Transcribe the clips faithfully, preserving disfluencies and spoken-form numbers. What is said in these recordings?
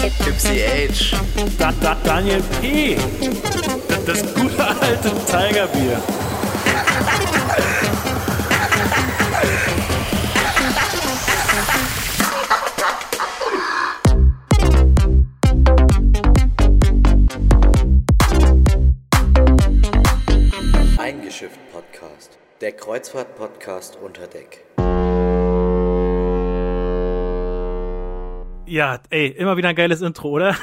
Tipsy H. Da, da, Daniel P. Das, das gute alte Tigerbier. Eingeschifft Podcast. Der Kreuzfahrt-Podcast unter Deck. Ja, ey, immer wieder ein geiles Intro, oder?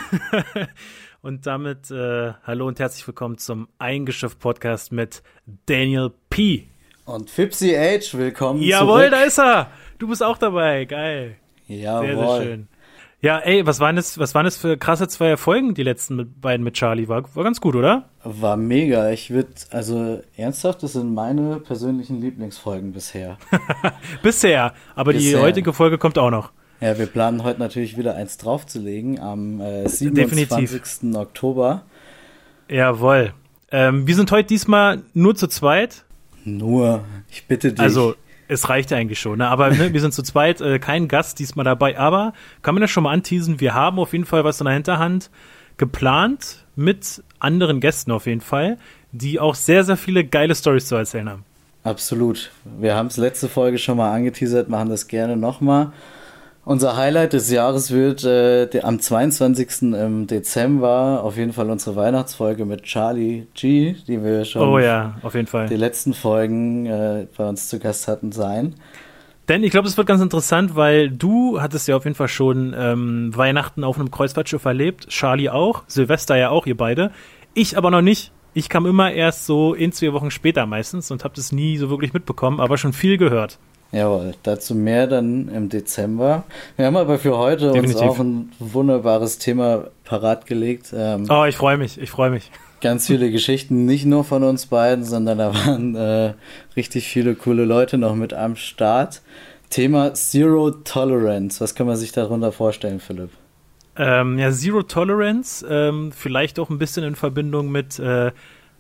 Und damit äh, hallo und herzlich willkommen zum Eingeschifft-Podcast mit Daniel P. Und Fipsy H, willkommen Jawohl, zurück. da ist er. Du bist auch dabei, geil. Jawohl. Sehr, sehr schön. Ja, ey, was waren das, was waren das für krasse zwei Folgen, die letzten mit, beiden mit Charlie? War, war ganz gut, oder? War mega. Ich würde, also ernsthaft, das sind meine persönlichen Lieblingsfolgen bisher. Bisher, aber Bisher. die heutige Folge kommt auch noch. Ja, wir planen heute natürlich wieder eins draufzulegen am äh, siebenundzwanzigsten Oktober. Jawohl. Ähm, wir sind heute diesmal nur zu zweit. Nur, ich bitte dich. Also, es reicht ja eigentlich schon, ne? Aber ne, wir sind zu zweit, äh, kein Gast diesmal dabei. Aber kann man das schon mal anteasen, wir haben auf jeden Fall was in der Hinterhand geplant mit anderen Gästen auf jeden Fall, die auch sehr, sehr viele geile Storys zu erzählen haben. Absolut. Wir haben es letzte Folge schon mal angeteasert, machen das gerne nochmal. Unser Highlight des Jahres wird äh, der, am zweiundzwanzigsten im Dezember auf jeden Fall unsere Weihnachtsfolge mit Charlie G, die wir schon Oh ja, auf jeden Fall. die letzten Folgen äh, bei uns zu Gast hatten, sein. Denn ich glaube, es wird ganz interessant, weil du hattest ja auf jeden Fall schon ähm, Weihnachten auf einem Kreuzfahrtschiff erlebt, Charlie auch, Silvester ja auch, ihr beide. Ich aber noch nicht. Ich kam immer erst so in zwei Wochen später meistens und habe das nie so wirklich mitbekommen, aber schon viel gehört. Jawohl, dazu mehr dann im Dezember. Wir haben aber für heute Definitiv. uns auch ein wunderbares Thema parat gelegt. Ähm, Oh, ich freue mich, ich freue mich. Ganz viele Geschichten, nicht nur von uns beiden, sondern da waren äh, richtig viele coole Leute noch mit am Start. Thema Zero Tolerance. Was kann man sich darunter vorstellen, Philipp? Ähm, ja, Zero Tolerance, ähm, vielleicht auch ein bisschen in Verbindung mit äh,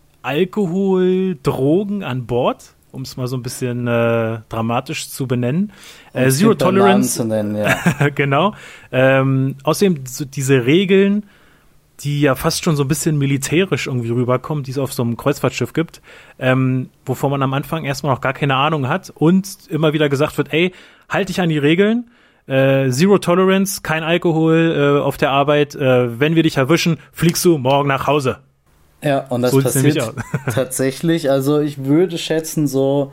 Alkohol, Drogen an Bord, um es mal so ein bisschen äh, dramatisch zu benennen. Äh, Zero Tolerance, zu nennen, ja. genau. Ähm, außerdem so diese Regeln, die ja fast schon so ein bisschen militärisch irgendwie rüberkommen, die es auf so einem Kreuzfahrtschiff gibt, ähm, wovon man am Anfang erstmal noch gar keine Ahnung hat und immer wieder gesagt wird, ey, halt dich an die Regeln, äh, Zero Tolerance, kein Alkohol äh, auf der Arbeit, äh, wenn wir dich erwischen, fliegst du morgen nach Hause. Ja, und das So sieht's nämlich passiert tatsächlich, also ich würde schätzen, so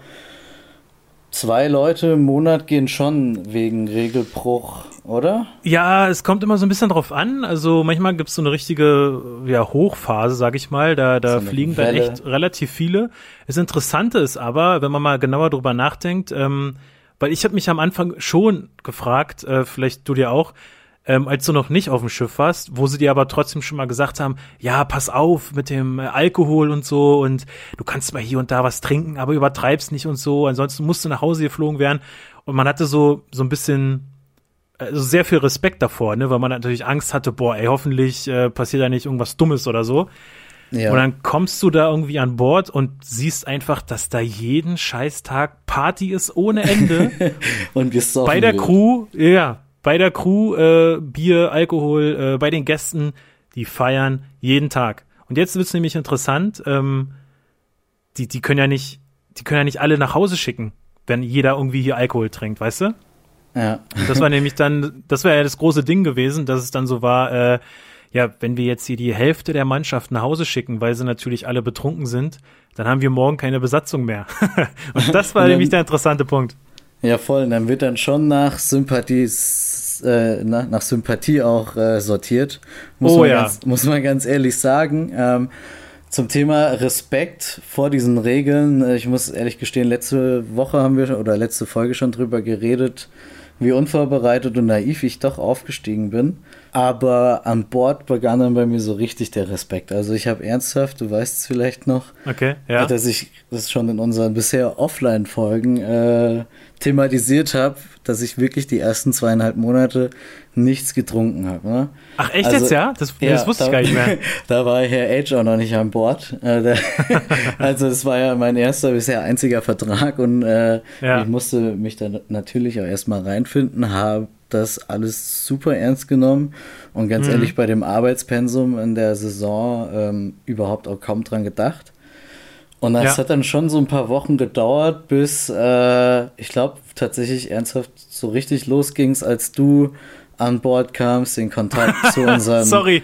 zwei Leute im Monat gehen schon wegen Regelbruch, oder? Ja, es kommt immer so ein bisschen drauf an. Also manchmal gibt es so eine richtige ja, Hochphase, sag ich mal. Da, da So eine fliegen dann Welle. echt relativ viele. Das Interessante ist aber, wenn man mal genauer drüber nachdenkt, ähm, weil ich habe mich am Anfang schon gefragt, äh, vielleicht du dir auch, ähm, als du noch nicht auf dem Schiff warst, wo sie dir aber trotzdem schon mal gesagt haben, ja, pass auf mit dem äh, Alkohol und so und du kannst mal hier und da was trinken, aber übertreib's nicht und so, ansonsten musst du nach Hause geflogen werden. Und man hatte so so ein bisschen, also sehr viel Respekt davor, ne, weil man natürlich Angst hatte, boah, ey, hoffentlich äh, passiert da nicht irgendwas Dummes oder so. Ja. Und dann kommst du da irgendwie an Bord und siehst einfach, dass da jeden Scheißtag Party ist ohne Ende. Und gesoffen Bei der wird. Crew, ja, bei der Crew, äh, Bier, Alkohol, äh, bei den Gästen, die feiern jeden Tag. Und jetzt wird's nämlich interessant, ähm, die, die können ja nicht, die können ja nicht alle nach Hause schicken, wenn jeder irgendwie hier Alkohol trinkt, weißt du? Ja. Und das war nämlich dann, das wäre ja das große Ding gewesen, dass es dann so war, äh, ja, wenn wir jetzt hier die Hälfte der Mannschaft nach Hause schicken, weil sie natürlich alle betrunken sind, dann haben wir morgen keine Besatzung mehr. Und das war Und dann- nämlich der interessante Punkt. Ja, voll. Und dann wird dann schon nach Sympathie, äh, nach, nach Sympathie auch äh, sortiert. Muss, Oh man ja. ganz, muss man ganz ehrlich sagen. Ähm, zum Thema Respekt vor diesen Regeln. äh, Ich muss ehrlich gestehen, letzte Woche haben wir, oder letzte Folge schon drüber geredet, wie unvorbereitet und naiv ich doch aufgestiegen bin. Aber an Bord begann dann bei mir so richtig der Respekt. Also ich habe ernsthaft, du weißt es vielleicht noch, Okay, ja. dass ich das schon in unseren bisher Offline-Folgen äh, thematisiert habe, dass ich wirklich die ersten zweieinhalb Monate nichts getrunken habe. Ne? Ach, echt Also, jetzt, ja? Das, das wusste ich da, gar nicht mehr. Da war Herr H auch noch nicht an Bord. Äh, der, also es war ja mein erster, bisher einziger Vertrag und äh, Ja. ich musste mich da natürlich auch erstmal reinfinden, habe das alles super ernst genommen und ganz mhm. ehrlich bei dem Arbeitspensum in der Saison ähm, überhaupt auch kaum dran gedacht. Und das ja. hat dann schon so ein paar Wochen gedauert, bis äh, ich glaube tatsächlich ernsthaft so richtig losging's, als du an Bord kamst, den Kontakt zu unseren... Sorry.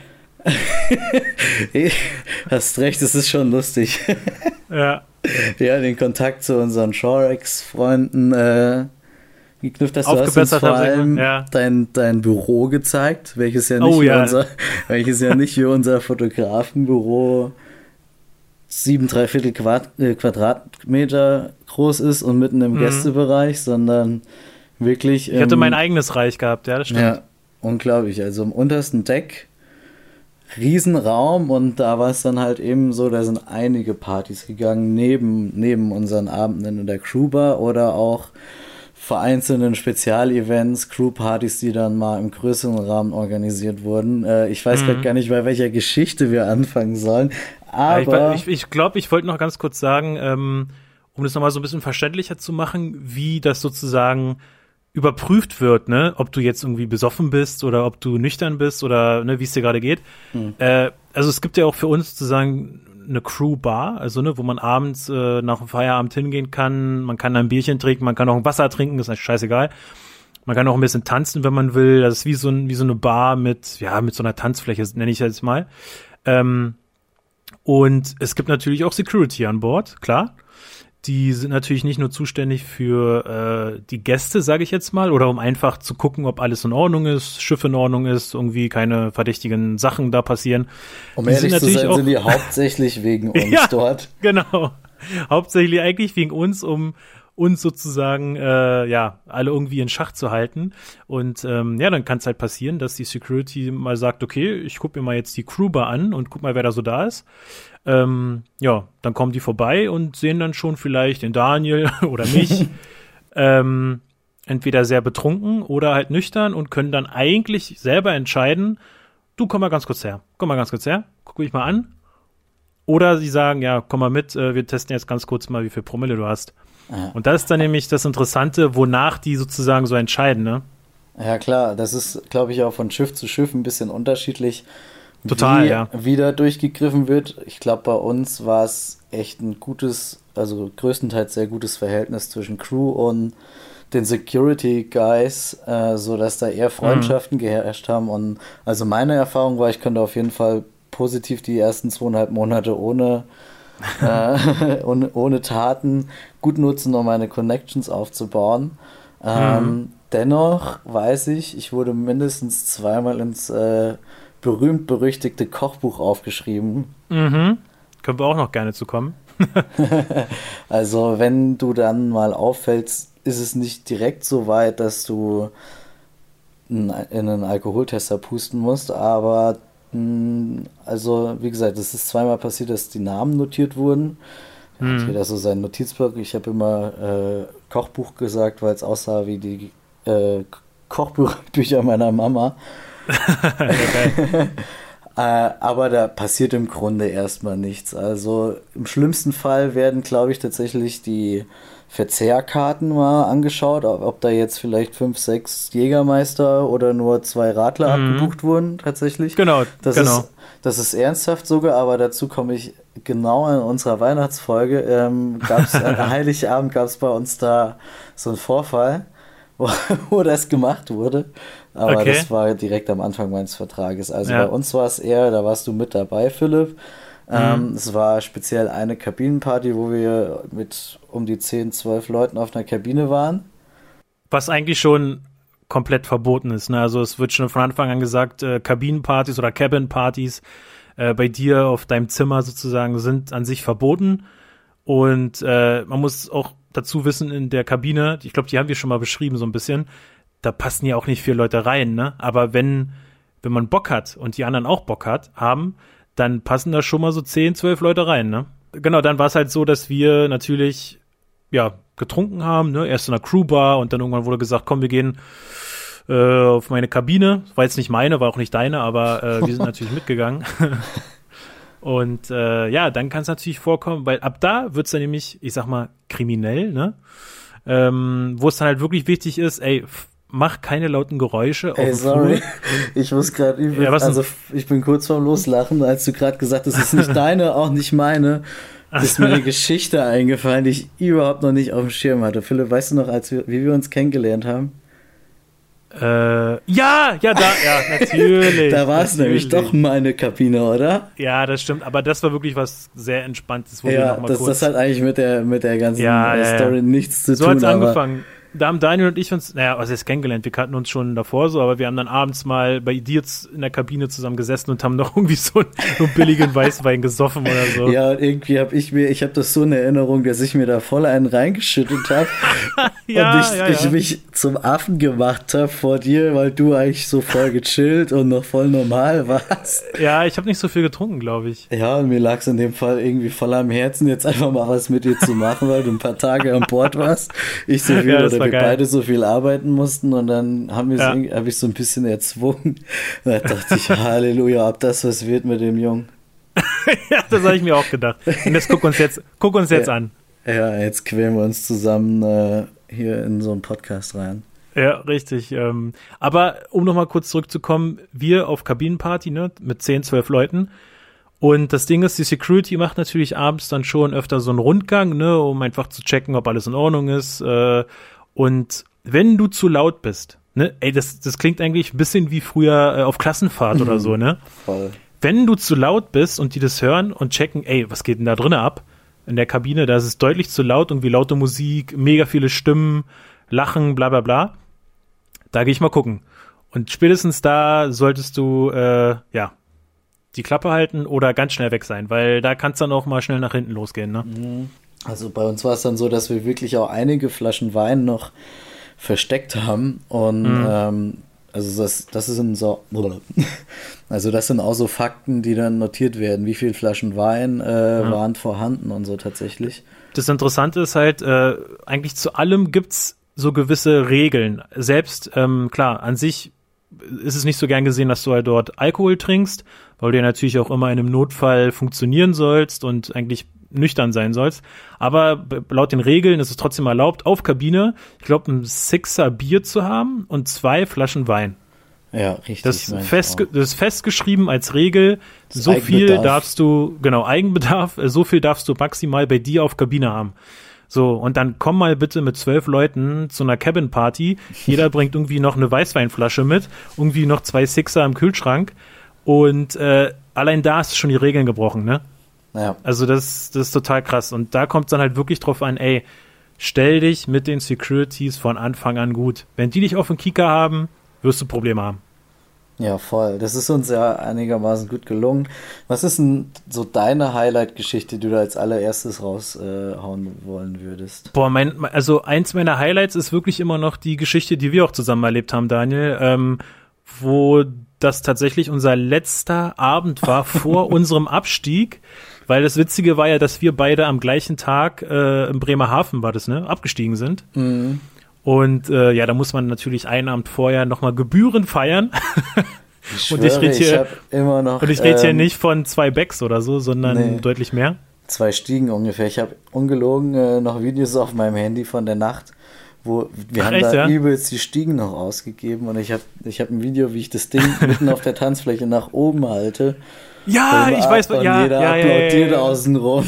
Hast recht, es ist schon lustig. Ja. Ja, den Kontakt zu unseren Shorex-Freunden äh, geknüpft hast. Du hast uns vor allem ja. dein, dein Büro gezeigt, welches ja nicht, oh, wie, ja. Unser, welches ja nicht wie unser Fotografenbüro sieben, dreiviertel Quadrat, äh, Quadratmeter groß ist und mitten im mhm. Gästebereich, sondern wirklich... Ich hatte ähm, mein eigenes Reich gehabt, ja, das stimmt. Ja, unglaublich. Also im untersten Deck Riesenraum und da war es dann halt eben so, da sind einige Partys gegangen, neben, neben unseren Abenden in der Crewbar oder auch vereinzelten Spezialevents, Crewpartys, die dann mal im größeren Rahmen organisiert wurden. Äh, ich weiß mhm. gerade gar nicht, bei welcher Geschichte wir anfangen sollen, aber... Ich glaube, ich, glaub, ich wollte noch ganz kurz sagen, ähm, um das nochmal so ein bisschen verständlicher zu machen, wie das sozusagen überprüft wird, ne, ob du jetzt irgendwie besoffen bist oder ob du nüchtern bist oder ne, wie es dir gerade geht. Hm. Äh, also es gibt ja auch für uns sozusagen eine Crew-Bar, also ne, wo man abends äh, nach dem Feierabend hingehen kann, man kann ein Bierchen trinken, man kann auch ein Wasser trinken, ist eigentlich scheißegal. Man kann auch ein bisschen tanzen, wenn man will. Das ist wie so, ein, wie so eine Bar mit, ja, mit so einer Tanzfläche, nenne ich jetzt mal. Ähm, und es gibt natürlich auch Security an Bord, klar. Die sind natürlich nicht nur zuständig für äh, die Gäste, sage ich jetzt mal, oder um einfach zu gucken, ob alles in Ordnung ist, Schiff in Ordnung ist, irgendwie keine verdächtigen Sachen da passieren. Um die ehrlich sind zu sein, auch, sind die hauptsächlich wegen uns ja, dort. Genau. Hauptsächlich eigentlich wegen uns, um uns sozusagen, äh, ja, alle irgendwie in Schach zu halten. Und ähm, ja, dann kann es halt passieren, dass die Security mal sagt, okay, ich gucke mir mal jetzt die Crewbar an und guck mal, wer da so da ist. Ähm, ja, dann kommen die vorbei und sehen dann schon vielleicht den Daniel oder mich ähm, entweder sehr betrunken oder halt nüchtern und können dann eigentlich selber entscheiden, du, komm mal ganz kurz her, komm mal ganz kurz her, guck mich mal an. Oder sie sagen, ja, komm mal mit, äh, wir testen jetzt ganz kurz mal, wie viel Promille du hast. Ja. Und das ist dann nämlich das Interessante, wonach die sozusagen so entscheiden, ne? Ja, klar, das ist, glaube ich, auch von Schiff zu Schiff ein bisschen unterschiedlich. Total, wie ja. wieder durchgegriffen wird. Ich glaube, bei uns war es echt ein gutes, also größtenteils sehr gutes Verhältnis zwischen Crew und den Security Guys, äh, so dass da eher Freundschaften mhm. geherrscht haben. Und also meine Erfahrung war, ich konnte auf jeden Fall positiv die ersten zweieinhalb Monate ohne, äh, ohne, ohne Taten gut nutzen, um meine Connections aufzubauen. Ähm, mhm. Dennoch weiß ich, ich wurde mindestens zweimal ins äh, berühmt-berüchtigte Kochbuch aufgeschrieben. Mhm. Können wir auch noch gerne zu kommen. Also wenn du dann mal auffällst, ist es nicht direkt so weit, dass du in einen Alkoholtester pusten musst, aber mh, also wie gesagt, es ist zweimal passiert, dass die Namen notiert wurden. Mhm. Hat jeder so sein Notizblock. Ich habe immer äh, Kochbuch gesagt, weil es aussah wie die äh, Kochbücher meiner Mama. Okay. äh, aber da passiert im Grunde erstmal nichts. Also im schlimmsten Fall werden, glaube ich, tatsächlich die Verzehrkarten mal angeschaut, ob da jetzt vielleicht fünf, sechs Jägermeister oder nur zwei Radler mhm. abgebucht wurden, tatsächlich. Genau, das genau. Ist, das ist ernsthaft sogar, aber dazu komme ich genau in unserer Weihnachtsfolge. Ähm, gab's an Heiligabend gab es bei uns da so einen Vorfall, wo, wo das gemacht wurde. Aber okay. Das war direkt am Anfang meines Vertrages. Also ja. Bei uns war es eher, da warst du mit dabei, Philipp. Mhm. Ähm, es war speziell eine Kabinenparty, wo wir mit um die zehn, zwölf Leuten auf einer Kabine waren. Was eigentlich schon komplett verboten ist. Ne? Also es wird schon von Anfang an gesagt, äh, Kabinenpartys oder Cabin-Partys äh, bei dir auf deinem Zimmer sozusagen sind an sich verboten. Und äh, man muss auch dazu wissen, in der Kabine, ich glaube, die haben wir schon mal beschrieben so ein bisschen, da passen ja auch nicht viele Leute rein, ne? Aber wenn, wenn man Bock hat und die anderen auch Bock hat, haben, dann passen da schon mal so zehn, zwölf Leute rein, ne? Genau, dann war es halt so, dass wir natürlich, ja, getrunken haben, ne? Erst in der Crewbar und dann irgendwann wurde gesagt, komm, wir gehen äh, auf meine Kabine. War jetzt nicht meine, war auch nicht deine, aber äh, wir sind natürlich mitgegangen. Und äh, ja, dann kann es natürlich vorkommen, weil ab da wird's dann nämlich, ich sag mal, kriminell, ne? Ähm, wo es dann halt wirklich wichtig ist, ey, f- mach keine lauten Geräusche auf Ey, dem sorry, Flur. ich muss gerade übel, Ja, was also ich bin kurz vorm Loslachen, als du gerade gesagt hast, es ist nicht deine, auch nicht meine, ist mir eine Geschichte eingefallen, die ich überhaupt noch nicht auf dem Schirm hatte. Philipp, weißt du noch, als wir, wie wir uns kennengelernt haben? Äh, ja, ja, da, ja, natürlich. Da war es nämlich doch meine Kabine, oder? Ja, das stimmt, aber das war wirklich was sehr Entspanntes, wo wir Ja, noch mal das, kurz... das hat eigentlich mit der, mit der ganzen Ja, äh, ja, ja. Story nichts zu So tun. hat's aber angefangen. Da haben Daniel und ich uns, naja, was heißt kennengelernt, wir kannten uns schon davor so, aber wir haben dann abends mal bei dir z- in der Kabine zusammen gesessen und haben noch irgendwie so, einen- so einen billigen Weißwein gesoffen oder so. Ja, und irgendwie habe ich mir, ich habe das so in Erinnerung, dass ich mir da voll einen reingeschüttet habe Ja, und ich, ja, ich ja. mich zum Affen gemacht habe vor dir, weil du eigentlich so voll gechillt und noch voll normal warst. Ja, ich habe nicht so viel getrunken, glaube ich. Ja, und mir lag es in dem Fall irgendwie voll am Herzen, jetzt einfach mal was mit dir zu machen, weil du ein paar Tage an Bord warst. Ich so viel, Ja, das oder war wir geil. beide so viel arbeiten mussten und dann haben wir Ja. habe ich so ein bisschen erzwungen. Da dachte ich, Halleluja, ob das was wird mit dem Jungen. Ja, das habe ich mir auch gedacht. Und jetzt guck uns jetzt, guck uns jetzt Ja. an. Ja, jetzt quälen wir uns zusammen äh, hier in so einen Podcast rein. Ja, richtig. Ähm, aber um nochmal kurz zurückzukommen, wir auf Kabinenparty, ne, mit zehn, zwölf Leuten. Und das Ding ist, die Security macht natürlich abends dann schon öfter so einen Rundgang, ne, um einfach zu checken, ob alles in Ordnung ist. Äh, und wenn du zu laut bist, ne, ey, das, das klingt eigentlich ein bisschen wie früher äh, auf Klassenfahrt oder so, ne? Voll. Wenn du zu laut bist und die das hören und checken, ey, was geht denn da drinnen ab? In der Kabine, da ist es deutlich zu laut, irgendwie laute Musik, mega viele Stimmen, Lachen, bla bla bla. Da gehe ich mal gucken. Und spätestens da solltest du, äh, ja, die Klappe halten oder ganz schnell weg sein, weil da kann es dann auch mal schnell nach hinten losgehen, ne? Also bei uns war es dann so, dass wir wirklich auch einige Flaschen Wein noch versteckt haben und Mhm. ähm, also das, das sind so also das sind auch so Fakten, die dann notiert werden, wie viele Flaschen Wein äh, waren vorhanden und so tatsächlich. Das Interessante ist halt, äh, eigentlich zu allem gibt's so gewisse Regeln. Selbst, ähm, klar, an sich ist es nicht so gern gesehen, dass du halt dort Alkohol trinkst, weil du ja natürlich auch immer in einem Notfall funktionieren sollst und eigentlich nüchtern sein sollst. Aber b- laut den Regeln ist es trotzdem erlaubt, auf Kabine, ich glaube, ein Sixer Bier zu haben und zwei Flaschen Wein. Ja, richtig. Das, meine ich festge- auch. das ist festgeschrieben als Regel. Das So viel Eigenbedarf. darfst du, genau, Eigenbedarf, äh, so viel darfst du maximal bei dir auf Kabine haben. So, und dann komm mal bitte mit zwölf Leuten zu einer Cabin-Party. Jeder bringt irgendwie noch eine Weißweinflasche mit, irgendwie noch zwei Sixer im Kühlschrank. Und äh, allein da hast du schon die Regeln gebrochen, ne? Ja. Also das, das ist total krass. Und da kommt es dann halt wirklich drauf an, ey, stell dich mit den Securities von Anfang an gut. Wenn die dich auf den Kieker haben, wirst du Probleme haben. Ja, voll. Das ist uns ja einigermaßen gut gelungen. Was ist denn so deine Highlight-Geschichte, die du als allererstes raushauen wollen würdest? Boah, mein, also eins meiner Highlights ist wirklich immer noch die Geschichte, die wir auch zusammen erlebt haben, Daniel, ähm, wo das tatsächlich unser letzter Abend war vor unserem Abstieg, weil das Witzige war ja, dass wir beide am gleichen Tag äh, in Bremerhaven war das, ne, abgestiegen sind. Mhm. Und äh, ja, da muss man natürlich einen Abend vorher nochmal Gebühren feiern. Ich Und ich schwöre, red hier- hab immer noch Und ich rede hier ähm, nicht von zwei Becks oder so, sondern Nee. deutlich mehr. zwei Stiegen ungefähr. Ich habe ungelogen äh, noch Videos auf meinem Handy von der Nacht, wo wir Ach, haben echt, da ja? übelst die Stiegen noch ausgegeben und ich habe ich hab ein Video, wie ich das Ding mitten auf der Tanzfläche nach oben halte. Ja, Und ich ab- weiß, und ja, jeder ja, ja, applaudiert ja, ja. außenrum.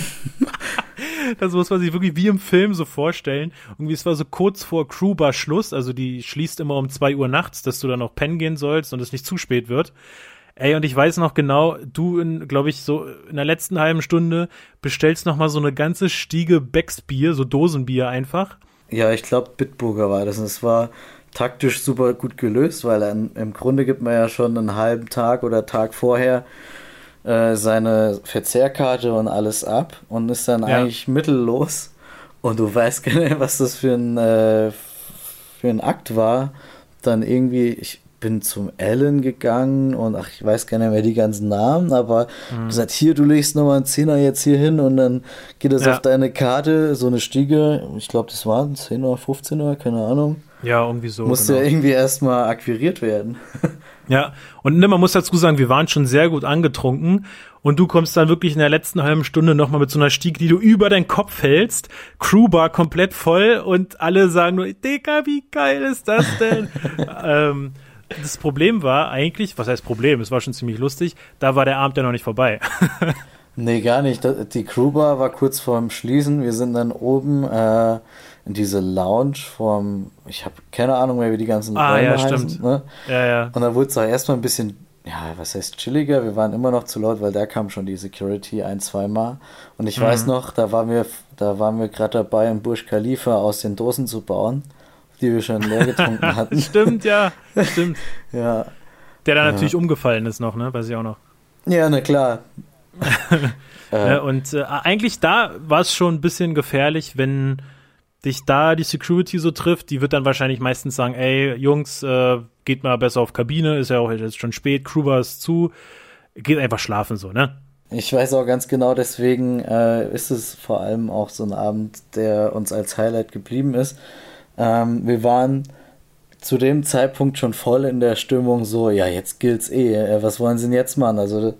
Das muss man sich wirklich wie im Film so vorstellen. Irgendwie, es war so kurz vor Crewbar-Schluss, also die schließt immer um zwei Uhr nachts, dass du dann auch pennen gehen sollst und es nicht zu spät wird. Ey, und ich weiß noch genau, du in, glaube ich, so in der letzten halben Stunde bestellst noch mal so eine ganze Stiege Becks-Bier, so Dosenbier einfach. Ja, ich glaube, Bitburger war das. Und es war taktisch super gut gelöst, weil dann, im Grunde gibt man ja schon einen halben Tag oder Tag vorher äh, seine Verzehrkarte und alles ab und ist dann Ja. eigentlich mittellos. Und du weißt genau, was das für ein, äh, für ein Akt war. Dann irgendwie, ich bin zum Alan gegangen und ach, ich weiß gar nicht mehr die ganzen Namen, aber mhm. gesagt, hier, du legst nochmal einen Zehner jetzt hier hin und dann geht das ja. auf deine Karte, so eine Stiege, ich glaube, das waren zehn oder fünfzehn oder keine Ahnung. Ja, irgendwie so. Musste genau. ja irgendwie erstmal akquiriert werden. Ja, und man muss dazu sagen, wir waren schon sehr gut angetrunken und du kommst dann wirklich in der letzten halben Stunde nochmal mit so einer Stiege, die du über deinen Kopf hältst, Crewbar komplett voll und alle sagen nur, Digga, wie geil ist das denn? ähm, das Problem war eigentlich, was heißt Problem, es war schon ziemlich lustig, da war der Abend ja noch nicht vorbei. Nee, gar nicht. Die Crewbar war kurz vorm Schließen, wir sind dann oben äh, in diese Lounge vom, ich habe keine Ahnung mehr, wie die ganzen ah, Räume ja, heißen. Stimmt. Ne? Ja, ja. Und da wurde es auch erstmal ein bisschen, ja, was heißt chilliger, wir waren immer noch zu laut, weil da kam schon die Security ein, zweimal. Und ich mhm. weiß noch, da waren wir, da waren wir gerade dabei, einen Burj Khalifa aus den Dosen zu bauen, die wir schon leer getrunken hatten. Stimmt, ja, stimmt. Ja. Der da ja. natürlich umgefallen ist noch, ne, weiß ich auch noch. Ja, na klar. äh. Und äh, eigentlich da war es schon ein bisschen gefährlich, wenn dich da die Security so trifft, die wird dann wahrscheinlich meistens sagen, ey, Jungs, äh, geht mal besser auf Kabine, ist ja auch jetzt schon spät, Crewbar ist zu, geht einfach schlafen so, ne? Ich weiß auch ganz genau, deswegen äh, ist es vor allem auch so ein Abend, der uns als Highlight geblieben ist. Ähm, wir waren zu dem Zeitpunkt schon voll in der Stimmung so, ja, jetzt gilt's eh, äh, was wollen sie denn jetzt machen? Also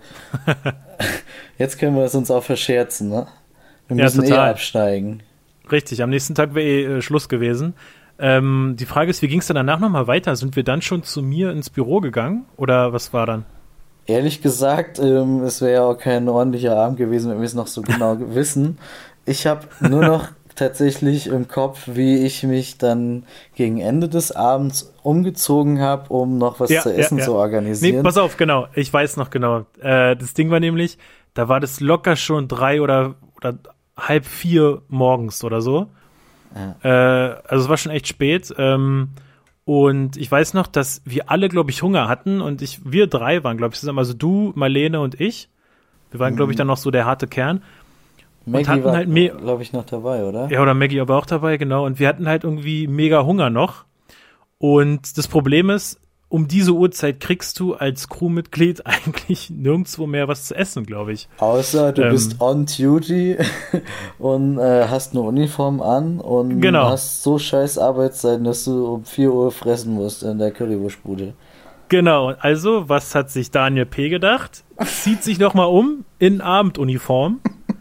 jetzt können wir es uns auch verscherzen, ne? Wir müssen ja, eh absteigen. Richtig, am nächsten Tag wäre eh äh, Schluss gewesen. Ähm, die Frage ist, wie ging es dann danach nochmal weiter? Sind wir dann schon zu mir ins Büro gegangen? Oder was war dann? Ehrlich gesagt, ähm, es wäre ja auch kein ordentlicher Abend gewesen, wenn wir es noch so genau wissen. Ich habe nur noch tatsächlich im Kopf, wie ich mich dann gegen Ende des Abends umgezogen habe, um noch was ja, zu essen ja, ja. zu organisieren. Nee, pass auf, genau. Ich weiß noch genau. Äh, das Ding war nämlich, da war das locker schon drei oder, oder halb vier morgens oder so. Ja. Äh, also es war schon echt spät. Ähm, und ich weiß noch, dass wir alle, glaube ich, Hunger hatten und ich, wir drei waren, glaube ich, zusammen, also du, Marlene und ich. Wir waren, mhm. glaube ich, dann noch so der harte Kern. Maggie und hatten war, halt me- glaube ich, noch dabei, oder? Ja, oder Maggie aber auch dabei, genau. Und wir hatten halt irgendwie mega Hunger noch. Und das Problem ist, um diese Uhrzeit kriegst du als Crewmitglied eigentlich nirgendwo mehr was zu essen, glaube ich. Außer du ähm, bist on duty und äh, hast eine Uniform an und genau. hast so scheiß Arbeitszeiten, dass du um vier Uhr fressen musst in der Currywurstbude. Genau, also was hat sich Daniel P. gedacht? Zieht sich nochmal um in Abenduniform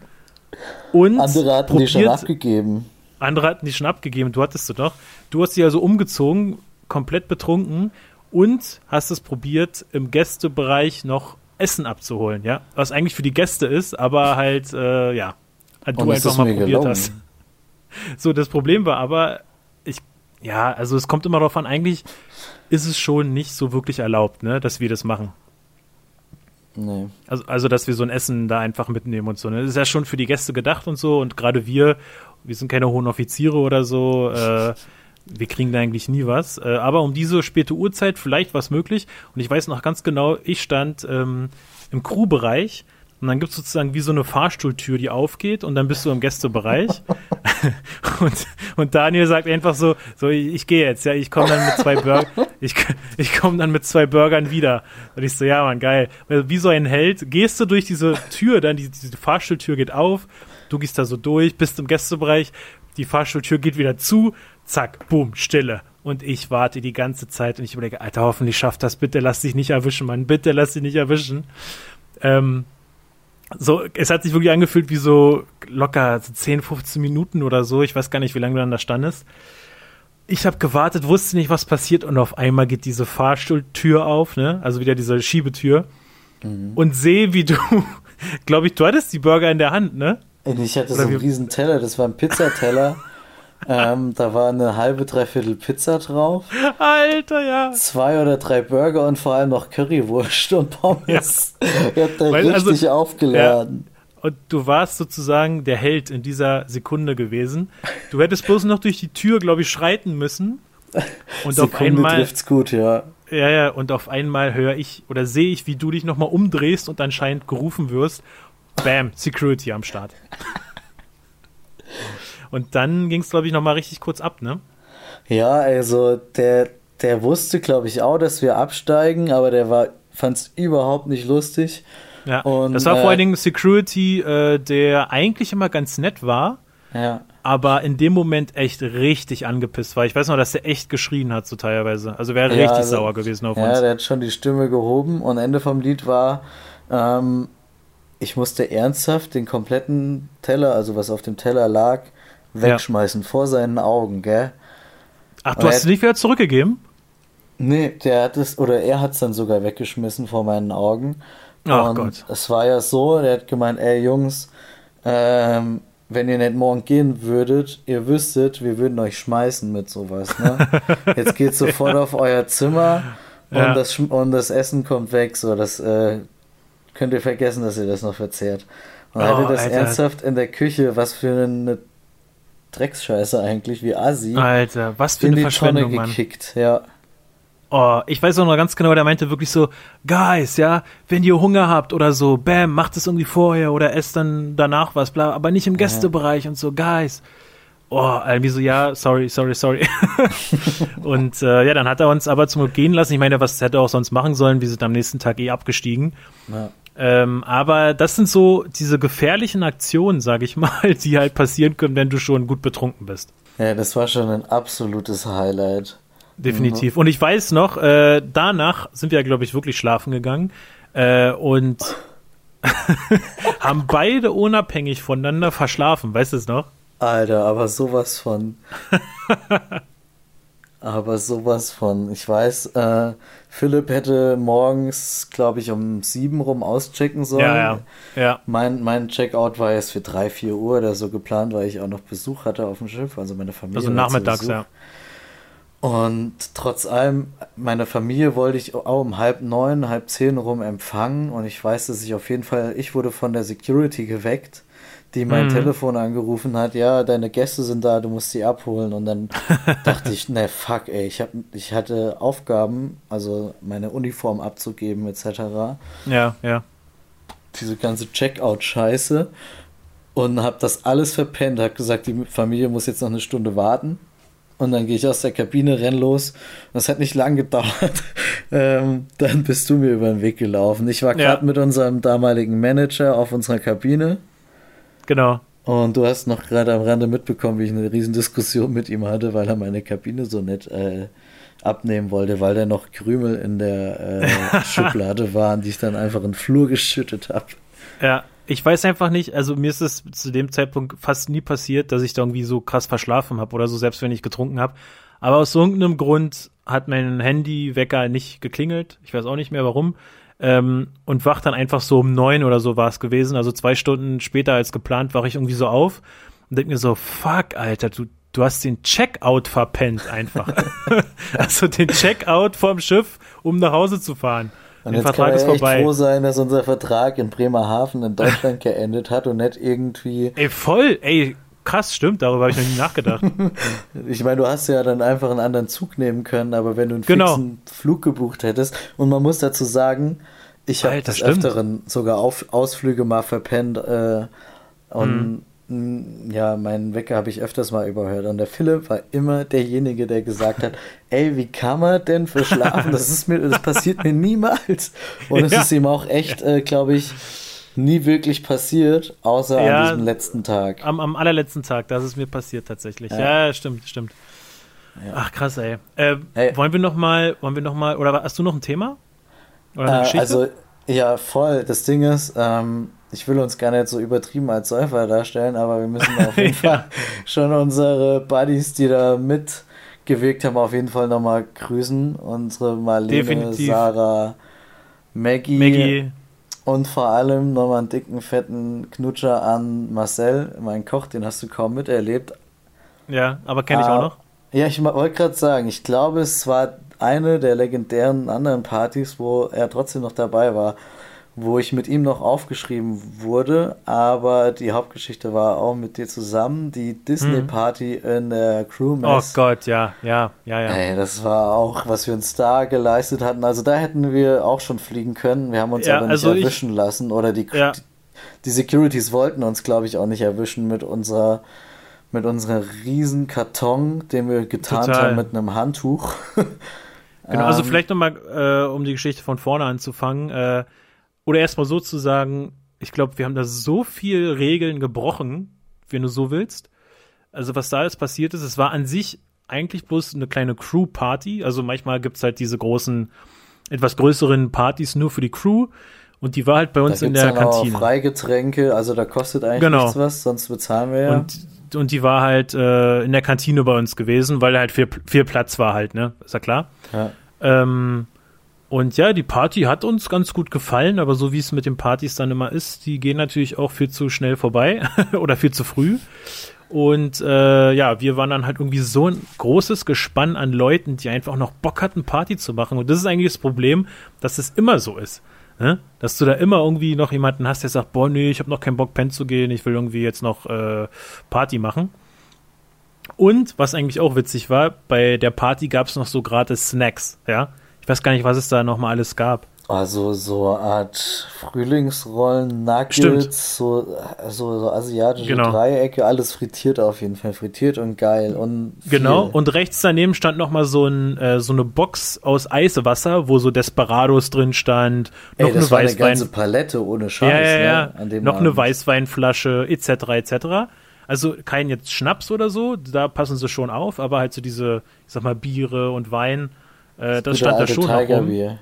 und andere hatten probiert, die schon abgegeben. Andere hatten die schon abgegeben, du hattest du doch. Du hast sie also umgezogen, komplett betrunken und hast es probiert, im Gästebereich noch Essen abzuholen, ja. Was eigentlich für die Gäste ist, aber halt, äh, ja, halt du einfach mal probiert gelungen. hast. So, das Problem war aber, ich, ja, also es kommt immer darauf an, eigentlich ist es schon nicht so wirklich erlaubt, ne, dass wir das machen. Nee. Also, also, dass wir so ein Essen da einfach mitnehmen und so, ne. Das ist ja schon für die Gäste gedacht und so und gerade wir, wir sind keine hohen Offiziere oder so, äh, wir kriegen da eigentlich nie was. Äh, aber um diese späte Uhrzeit vielleicht was möglich. Und ich weiß noch ganz genau, ich stand ähm, im Crewbereich und dann gibt es sozusagen wie so eine Fahrstuhltür, die aufgeht und dann bist du im Gästebereich. und, und Daniel sagt einfach so, so ich, ich gehe jetzt, ja, ich komme dann mit zwei Burgern, ich, ich komme dann mit zwei Burgern wieder. Und ich so, ja, Mann, geil. Weil wie so ein Held, gehst du durch diese Tür, dann die, diese Fahrstuhltür geht auf, du gehst da so durch, bist im Gästebereich, die Fahrstuhltür geht wieder zu, zack, boom, Stille. Und ich warte die ganze Zeit und ich überlege, Alter, hoffentlich schafft das, bitte lass dich nicht erwischen, Mann, bitte lass dich nicht erwischen. Ähm, so, es hat sich wirklich angefühlt wie so locker so zehn, fünfzehn Minuten oder so, ich weiß gar nicht, wie lange du dann da standest. Ich habe gewartet, wusste nicht, was passiert und auf einmal geht diese Fahrstuhltür auf, ne, also wieder diese Schiebetür mhm. und sehe, wie du, glaube ich, du hattest die Burger in der Hand, ne? Ich hatte Oder so einen riesen Teller, das war ein Pizzateller. ähm, da war eine halbe, dreiviertel Pizza drauf. Alter, ja. Zwei oder drei Burger und vor allem noch Currywurst und Pommes. Ja. Ich hab da Weil, richtig also, aufgeladen. Ja. Und du warst sozusagen der Held in dieser Sekunde gewesen. Du hättest bloß noch durch die Tür, glaube ich, schreiten müssen. Und Sekunde auf einmal trifft's gut, ja. Ja, ja, und auf einmal höre ich oder sehe ich, wie du dich nochmal umdrehst und anscheinend gerufen wirst. Bam, Security am Start. Und dann ging es, glaube ich, nochmal richtig kurz ab, ne? Ja, also der, der wusste, glaube ich, auch, dass wir absteigen, aber der war fand es überhaupt nicht lustig. Ja, und, das war äh, vor allen Dingen Security, äh, der eigentlich immer ganz nett war, ja. aber in dem Moment echt richtig angepisst war. Ich weiß noch, dass der echt geschrien hat, so teilweise. Also wäre Ja, richtig also, sauer gewesen auf ja, uns. der hat schon die Stimme gehoben und Ende vom Lied war, ähm, ich musste ernsthaft den kompletten Teller, also was auf dem Teller lag, wegschmeißen ja. vor seinen Augen, gell? Ach, du hast es nicht wieder zurückgegeben? Nee, der hat es, oder er hat es dann sogar weggeschmissen vor meinen Augen. Ach und Gott. Es war ja so, der hat gemeint, ey Jungs, ähm, wenn ihr nicht morgen gehen würdet, ihr wüsstet, wir würden euch schmeißen mit sowas, ne? Jetzt geht sofort ja. auf euer Zimmer und, ja. das, und das Essen kommt weg, so, das äh, könnt ihr vergessen, dass ihr das noch verzehrt. Und oh, hatte das Alter. ernsthaft in der Küche, was für eine Drecksscheiße eigentlich, wie Assi. Alter, was für eine Verschwendung, Tonne gekickt, Mann. Ja. Oh, ich weiß auch noch ganz genau, der meinte wirklich so, Guys, ja, wenn ihr Hunger habt oder so, bam, macht es irgendwie vorher oder esst dann danach was, bla, aber nicht im Gästebereich ja. und so, Guys. Oh, irgendwie so, ja, sorry, sorry, sorry. Und äh, ja, dann hat er uns aber zum Glück gehen lassen. Ich meine, was hätte er auch sonst machen sollen? Wir sind am nächsten Tag eh abgestiegen. Ja. Ähm, aber das sind so diese gefährlichen Aktionen, sag ich mal, die halt passieren können, wenn du schon gut betrunken bist. Ja, das war schon ein absolutes Highlight. Definitiv. Mhm. Und ich weiß noch, äh, danach sind wir, glaube ich, wirklich schlafen gegangen äh, und haben beide unabhängig voneinander verschlafen. Weißt du es noch? Alter, aber sowas von. aber sowas von. Ich weiß, äh, Philipp hätte morgens, glaube ich, um sieben rum auschecken sollen. Ja, ja. ja. Mein, mein Checkout war jetzt für drei, vier Uhr oder so geplant, weil ich auch noch Besuch hatte auf dem Schiff. Also meine Familie. Also nachmittags, ja. Und trotz allem, meine Familie wollte ich auch um halb neun, halb zehn rum empfangen. Und ich weiß, dass ich auf jeden Fall, ich wurde von der Security geweckt, die mein mhm. Telefon angerufen hat. Ja, deine Gäste sind da, du musst sie abholen. Und dann dachte ich, ne, fuck, ey, ich, hab, ich hatte Aufgaben, also meine Uniform abzugeben et cetera. Ja, ja. Diese ganze Checkout-Scheiße. Und hab das alles verpennt, hab gesagt, die Familie muss jetzt noch eine Stunde warten. Und dann gehe ich aus der Kabine, renn los. Das hat nicht lang gedauert. ähm, dann bist du mir über den Weg gelaufen. Ich war gerade ja. mit unserem damaligen Manager auf unserer Kabine. Genau. Und du hast noch gerade am Rande mitbekommen, wie ich eine riesen Diskussion mit ihm hatte, weil er meine Kabine so nett äh, abnehmen wollte, weil da noch Krümel in der äh, Schublade waren, die ich dann einfach in den Flur geschüttet habe. Ja. Ich weiß einfach nicht, also mir ist es zu dem Zeitpunkt fast nie passiert, dass ich da irgendwie so krass verschlafen habe oder so, selbst wenn ich getrunken habe. Aber aus irgendeinem Grund hat mein Handywecker nicht geklingelt. Ich weiß auch nicht mehr warum. Ähm, und wach dann einfach so um neun oder so war es gewesen. Also zwei Stunden später als geplant wache ich irgendwie so auf und denke mir so, fuck, Alter, du, du hast den Checkout verpennt einfach. Also den Checkout vom Schiff, um nach Hause zu fahren. Und jetzt Vertrag kann man ja echt froh sein, dass unser Vertrag in Bremerhaven in Deutschland geendet hat und nicht irgendwie... Ey, voll, ey, krass, stimmt, darüber habe ich noch nie nachgedacht. Ich meine, du hast ja dann einfach einen anderen Zug nehmen können, aber wenn du einen genau. fixen Flug gebucht hättest, und man muss dazu sagen, ich habe des Öfteren sogar auf, Ausflüge mal verpennt äh, und hm. ja, meinen Wecker habe ich öfters mal überhört. Und der Philipp war immer derjenige, der gesagt hat, ey, wie kann man denn verschlafen? Das ist mir, das passiert mir niemals. Und es ja. ist ihm auch echt, äh, glaube ich, nie wirklich passiert, außer ja, an diesem letzten Tag. Am, am allerletzten Tag, das ist mir passiert tatsächlich. Ja, ja stimmt, stimmt. Ja. Ach, krass, ey. Äh, hey. Wollen wir noch mal, wollen wir noch mal, oder hast du noch ein Thema? Oder eine äh, Geschichte? Also, ja, voll. Das Ding ist, ähm, ich will uns gar nicht so übertrieben als Säufer darstellen, aber wir müssen auf jeden ja. Fall schon unsere Buddies, die da mitgewirkt haben, auf jeden Fall nochmal grüßen. Unsere Marlene, Definitiv. Sarah, Maggie, Maggie und vor allem nochmal einen dicken, fetten Knutscher an Marcel, mein Koch, den hast du kaum miterlebt. Ja, aber kenne ich ah, auch noch. Ja, ich wollte gerade sagen, ich glaube, es war eine der legendären anderen Partys, wo er trotzdem noch dabei war, wo ich mit ihm noch aufgeschrieben wurde, aber die Hauptgeschichte war auch mit dir zusammen, die Disney-Party hm. in der Crewmess. Oh Gott, ja, ja, ja, ja. Ey, das war auch, was wir uns da geleistet hatten. Also da hätten wir auch schon fliegen können, wir haben uns ja, aber nicht also erwischen ich, lassen oder die, ja. die, die Securities wollten uns, glaube ich, auch nicht erwischen mit unserer mit unserem riesen Karton, den wir getarnt Total. haben mit einem Handtuch. Genau, also Ähm, vielleicht nochmal, äh, um die Geschichte von vorne anzufangen, äh, oder erstmal so zu sagen, ich glaube, wir haben da so viel Regeln gebrochen, wenn du so willst. Also was da jetzt passiert ist, es war an sich eigentlich bloß eine kleine Crew-Party. Also manchmal gibt's halt diese großen, etwas größeren Partys nur für die Crew. Und die war halt bei uns da in gibt's der dann auch Kantine. Freigetränke, also da kostet eigentlich Genau. nichts was, sonst bezahlen wir ja. Und, und die war halt äh, in der Kantine bei uns gewesen, weil halt viel, viel Platz war halt, ne? Ist ja klar. ja. Ähm, und ja, die Party hat uns ganz gut gefallen, aber so wie es mit den Partys dann immer ist, die gehen natürlich auch viel zu schnell vorbei oder viel zu früh. Und äh, ja, wir waren dann halt irgendwie so ein großes Gespann an Leuten, die einfach noch Bock hatten, Party zu machen. Und das ist eigentlich das Problem, dass es immer so ist. Ne? Dass du da immer irgendwie noch jemanden hast, der sagt, boah, nee, ich habe noch keinen Bock, pennen zu gehen, ich will irgendwie jetzt noch äh, Party machen. Und, was eigentlich auch witzig war, bei der Party gab es noch so gratis Snacks, ja. Ich weiß gar nicht, was es da nochmal alles gab. Also so eine Art Frühlingsrollen, Nuggets, Stimmt. so, so, so asiatische Genau. Dreiecke, alles frittiert auf jeden Fall, frittiert und geil und viel. Genau, und rechts daneben stand nochmal so, ein, äh, so eine Box aus Eiswasser, wo so Desperados drin stand, noch Ey, das eine war eine Weißwein... ganze Palette ohne Scheiß, ja, ja, ja. ne? An dem Noch eine Abend. Weißweinflasche, et cetera, et cetera. Also kein jetzt Schnaps oder so, da passen sie schon auf, aber halt so diese, ich sag mal, Biere und Wein, äh, das Gute stand da alte schon noch rum. Tigerbier.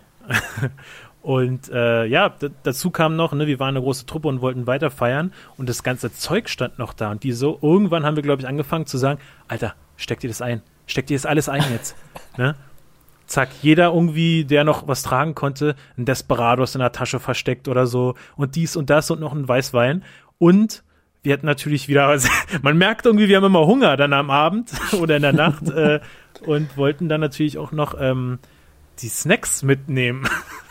Und äh, ja, d- dazu kam noch, ne, wir waren eine große Truppe und wollten weiter feiern und das ganze Zeug stand noch da und die so, irgendwann haben wir, glaube ich, angefangen zu sagen, Alter, steck dir das ein, steck dir das alles ein jetzt, ne? Zack, jeder irgendwie, der noch was tragen konnte, ein Desperados in der Tasche versteckt oder so und dies und das und noch ein Weißwein und wir hatten natürlich wieder, man merkt irgendwie, wir haben immer Hunger dann am Abend oder in der Nacht äh, und wollten dann natürlich auch noch ähm, die Snacks mitnehmen.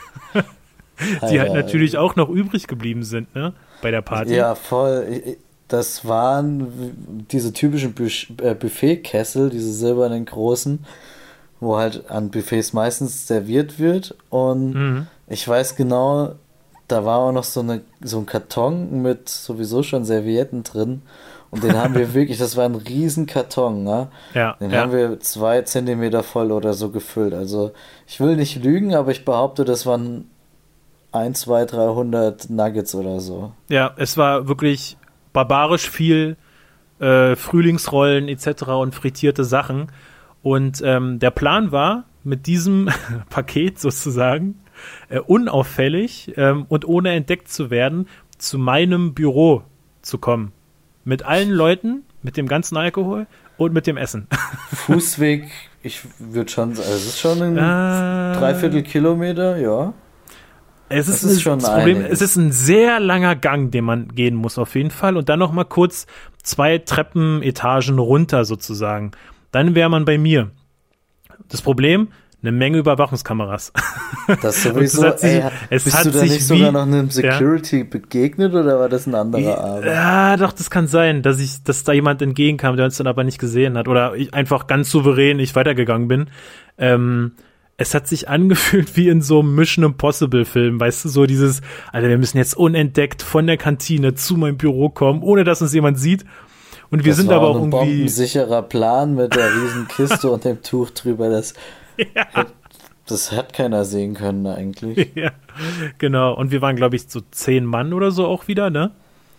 Die halt Alter, natürlich auch noch übrig geblieben sind, ne? Bei der Party. Ja, voll. Das waren diese typischen Buff- äh, Buffetkessel, diese silbernen großen, wo halt an Buffets meistens serviert wird. Und Mhm. ich weiß genau, da war auch noch so, eine, so ein Karton mit sowieso schon Servietten drin. Und den haben wir wirklich, das war ein riesen Karton, ne? Ja, Den ja. haben wir zwei Zentimeter voll oder so gefüllt. Also ich will nicht lügen, aber ich behaupte, das waren ein, zwei, dreihundert Nuggets oder so. Ja, es war wirklich barbarisch viel äh, Frühlingsrollen et cetera und frittierte Sachen. Und ähm, der Plan war, mit diesem Paket sozusagen äh, unauffällig ähm, und ohne entdeckt zu werden, zu meinem Büro zu kommen. Mit allen Leuten, mit dem ganzen Alkohol und mit dem Essen. Fußweg, ich würde schon, also es ist schon ein Äh, Dreiviertel Kilometer, ja. Es ist, Das ist ein, schon das Problem, einiges. es ist ein sehr langer Gang, den man gehen muss auf jeden Fall und dann noch mal kurz zwei Treppenetagen runter sozusagen. Dann wäre man bei mir. Das Problem, eine Menge Überwachungskameras. Das Und es sowieso, hat sich- ey, es bist hat du da sich nicht sogar wie- noch einem Security begegnet oder war das ein anderer Abend? Ja, doch, das kann sein, dass ich, dass da jemand entgegenkam, der uns dann aber nicht gesehen hat oder ich einfach ganz souverän nicht weitergegangen bin. Ähm, es hat sich angefühlt wie in so einem Mission Impossible Film, weißt du, so dieses, Alter, wir müssen jetzt unentdeckt von der Kantine zu meinem Büro kommen, ohne dass uns jemand sieht. Und wir Das sind war aber auch ein irgendwie, bombensicherer Plan mit der riesen Kiste und dem Tuch drüber. Das, ja, das hat keiner sehen können eigentlich. ja, genau. Und wir waren, glaube ich, so zehn Mann oder so auch wieder, ne?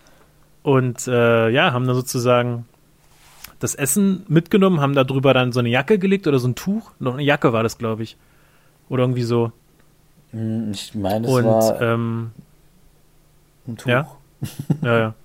Und äh, ja, haben dann sozusagen das Essen mitgenommen, haben da drüber dann so eine Jacke gelegt oder so ein Tuch. Noch eine Jacke war das, glaube ich. Oder irgendwie so. Hm, Ich meine, es Und war ähm, ein Tuch. ja. ja, ja.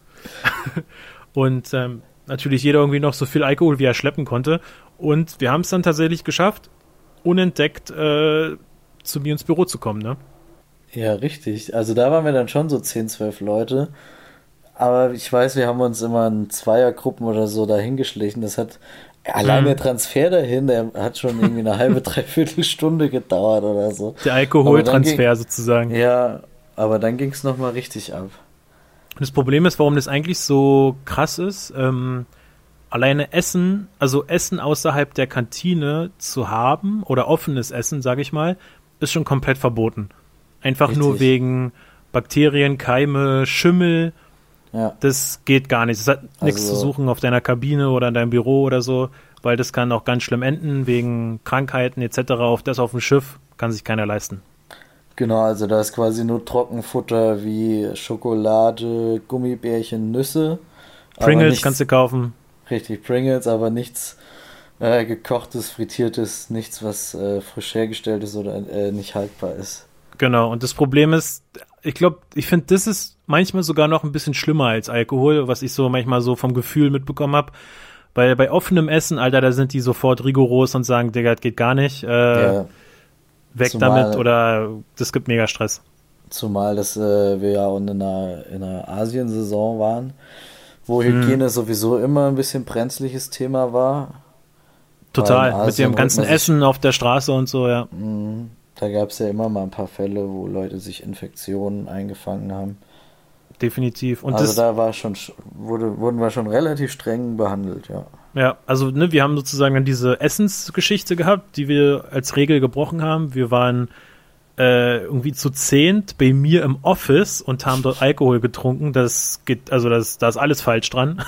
Und ähm, natürlich jeder irgendwie noch so viel Alkohol, wie er schleppen konnte. Und wir haben es dann tatsächlich geschafft, unentdeckt äh, zu mir ins Büro zu kommen, ne? Ja, richtig. Also da waren wir dann schon so zehn, zwölf Leute. Aber ich weiß, wir haben uns immer in Zweiergruppen oder so dahin geschlichen. Das hat allein Mhm. der Transfer dahin, der hat schon irgendwie eine halbe, dreiviertel Stunde gedauert oder so. Der Aber Alkoholtransfer dann sozusagen. Ja, aber dann ging es nochmal richtig ab. Und das Problem ist, warum das eigentlich so krass ist, ähm, alleine Essen, also Essen außerhalb der Kantine zu haben oder offenes Essen, sage ich mal, ist schon komplett verboten. Einfach nur Richtig. wegen Bakterien, Keime, Schimmel. Ja. Das geht gar nicht. Das hat nichts Also- zu suchen auf deiner Kabine oder in deinem Büro oder so. weil das kann auch ganz schlimm enden, wegen Krankheiten et cetera. Auf das auf dem Schiff kann sich keiner leisten. Genau, also da ist quasi nur Trockenfutter wie Schokolade, Gummibärchen, Nüsse. Pringles nichts, kannst du kaufen. Richtig, Pringles, aber nichts äh, gekochtes, frittiertes, nichts, was äh, frisch hergestellt ist oder äh, nicht haltbar ist. Genau, und das Problem ist, ich glaube, ich finde, das ist manchmal sogar noch ein bisschen schlimmer als Alkohol, was ich so manchmal so vom Gefühl mitbekommen habe. Weil bei offenem Essen, Alter, da sind die sofort rigoros und sagen, Digga, das geht gar nicht. Äh, ja. Weg Zumal, damit oder das gibt mega Stress. Zumal dass äh, wir ja auch in einer, in einer Asiensaison waren, wo Hygiene hm. sowieso immer ein bisschen brenzliches Thema war. Total, mit dem ganzen Essen auf der Straße und so, ja. Mh, da gab es ja immer mal ein paar Fälle, wo Leute sich Infektionen eingefangen haben. Definitiv. Und also das, da war schon, wurde, wurden wir schon relativ streng behandelt, ja. Ja, also ne, wir haben sozusagen dann diese Essensgeschichte gehabt, die wir als Regel gebrochen haben. Wir waren äh, irgendwie zu zehnt bei mir im Office und haben dort Alkohol getrunken. Das geht, also das, da ist alles falsch dran.